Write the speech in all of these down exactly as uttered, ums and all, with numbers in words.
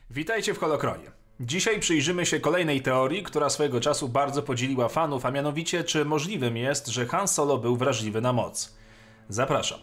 Witajcie w Holokronie. Dzisiaj przyjrzymy się kolejnej teorii, która swojego czasu bardzo podzieliła fanów, a mianowicie czy możliwym jest, że Han Solo był wrażliwy na moc. Zapraszam.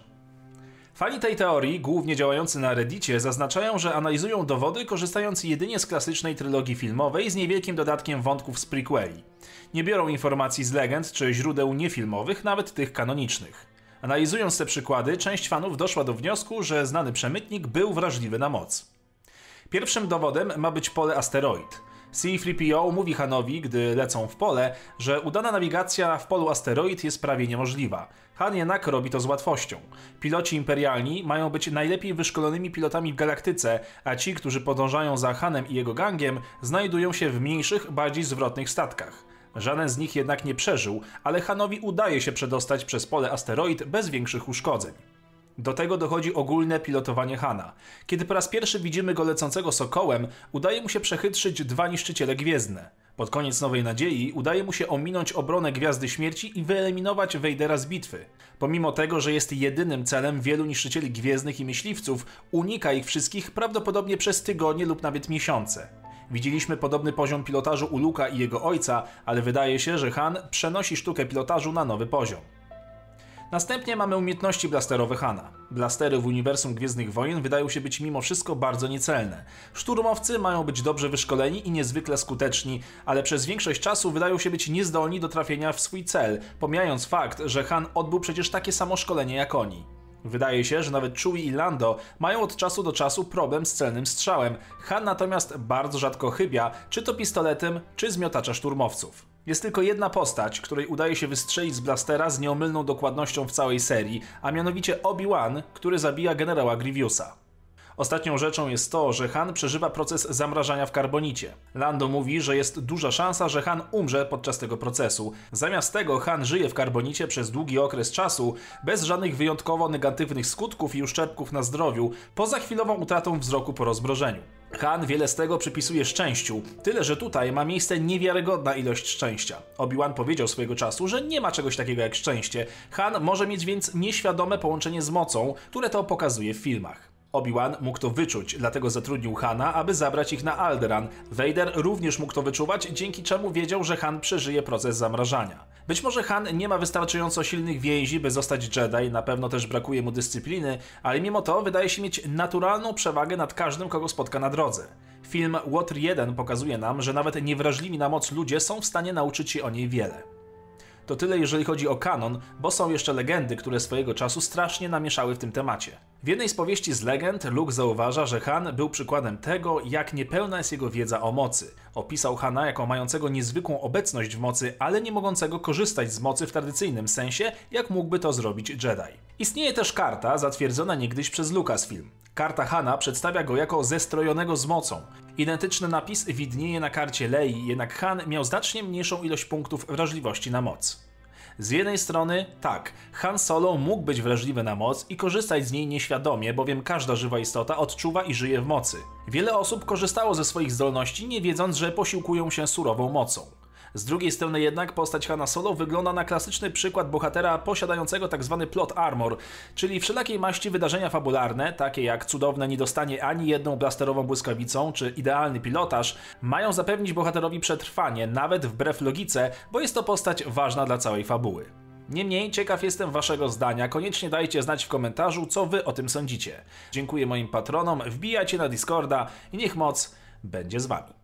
Fani tej teorii, głównie działający na Reddicie, zaznaczają, że analizują dowody korzystając jedynie z klasycznej trylogii filmowej z niewielkim dodatkiem wątków z prequeli. Nie biorą informacji z legend czy źródeł niefilmowych, nawet tych kanonicznych. Analizując te przykłady, część fanów doszła do wniosku, że znany przemytnik był wrażliwy na moc. Pierwszym dowodem ma być pole asteroid. C trzy P O mówi Hanowi, gdy lecą w pole, że udana nawigacja w polu asteroid jest prawie niemożliwa. Han jednak robi to z łatwością. Piloci imperialni mają być najlepiej wyszkolonymi pilotami w galaktyce, a ci, którzy podążają za Hanem i jego gangiem, znajdują się w mniejszych, bardziej zwrotnych statkach. Żaden z nich jednak nie przeżył, ale Hanowi udaje się przedostać przez pole asteroid bez większych uszkodzeń. Do tego dochodzi ogólne pilotowanie Hana. Kiedy po raz pierwszy widzimy go lecącego sokołem, udaje mu się przechytrzyć dwa niszczyciele gwiezdne. Pod koniec Nowej Nadziei udaje mu się ominąć obronę Gwiazdy Śmierci i wyeliminować Vadera z bitwy. Pomimo tego, że jest jedynym celem wielu niszczycieli gwiezdnych i myśliwców, unika ich wszystkich prawdopodobnie przez tygodnie lub nawet miesiące. Widzieliśmy podobny poziom pilotażu u Luka i jego ojca, ale wydaje się, że Han przenosi sztukę pilotażu na nowy poziom. Następnie mamy umiejętności blasterowe Hana. Blastery w uniwersum Gwiezdnych Wojen wydają się być mimo wszystko bardzo niecelne. Szturmowcy mają być dobrze wyszkoleni i niezwykle skuteczni, ale przez większość czasu wydają się być niezdolni do trafienia w swój cel, pomijając fakt, że Han odbył przecież takie samo szkolenie jak oni. Wydaje się, że nawet Chewie i Lando mają od czasu do czasu problem z celnym strzałem. Han natomiast bardzo rzadko chybia, czy to pistoletem, czy z miotacza szturmowców. Jest tylko jedna postać, której udaje się wystrzelić z blastera z nieomylną dokładnością w całej serii, a mianowicie Obi-Wan, który zabija generała Grievousa. Ostatnią rzeczą jest to, że Han przeżywa proces zamrażania w karbonicie. Lando mówi, że jest duża szansa, że Han umrze podczas tego procesu. Zamiast tego Han żyje w karbonicie przez długi okres czasu, bez żadnych wyjątkowo negatywnych skutków i uszczerbków na zdrowiu, poza chwilową utratą wzroku po rozmrożeniu. Han wiele z tego przypisuje szczęściu, tyle że tutaj ma miejsce niewiarygodna ilość szczęścia. Obi-Wan powiedział swojego czasu, że nie ma czegoś takiego jak szczęście. Han może mieć więc nieświadome połączenie z mocą, które to pokazuje w filmach. Obi-Wan mógł to wyczuć, dlatego zatrudnił Hana, aby zabrać ich na Alderaan. Vader również mógł to wyczuwać, dzięki czemu wiedział, że Han przeżyje proces zamrażania. Być może Han nie ma wystarczająco silnych więzi, by zostać Jedi, na pewno też brakuje mu dyscypliny, ale mimo to wydaje się mieć naturalną przewagę nad każdym, kogo spotka na drodze. Film Łotr jeden pokazuje nam, że nawet niewrażliwi na moc ludzie są w stanie nauczyć się o niej wiele. To tyle jeżeli chodzi o kanon, bo są jeszcze legendy, które swojego czasu strasznie namieszały w tym temacie. W jednej z powieści z legend Luke zauważa, że Han był przykładem tego, jak niepełna jest jego wiedza o mocy. Opisał Hana jako mającego niezwykłą obecność w mocy, ale nie mogącego korzystać z mocy w tradycyjnym sensie, jak mógłby to zrobić Jedi. Istnieje też karta zatwierdzona niegdyś przez Lucasfilm. Karta Hana przedstawia go jako zestrojonego z mocą. Identyczny napis widnieje na karcie Lei, jednak Han miał znacznie mniejszą ilość punktów wrażliwości na moc. Z jednej strony, tak, Han Solo mógł być wrażliwy na moc i korzystać z niej nieświadomie, bowiem każda żywa istota odczuwa i żyje w mocy. Wiele osób korzystało ze swoich zdolności, nie wiedząc, że posiłkują się surową mocą. Z drugiej strony jednak postać Hana Solo wygląda na klasyczny przykład bohatera posiadającego tzw. plot armor, czyli wszelakiej maści wydarzenia fabularne, takie jak cudowne nie dostanie ani jedną blasterową błyskawicą, czy idealny pilotaż, mają zapewnić bohaterowi przetrwanie, nawet wbrew logice, bo jest to postać ważna dla całej fabuły. Niemniej ciekaw jestem waszego zdania, koniecznie dajcie znać w komentarzu, co wy o tym sądzicie. Dziękuję moim patronom, wbijajcie na Discorda i niech moc będzie z wami.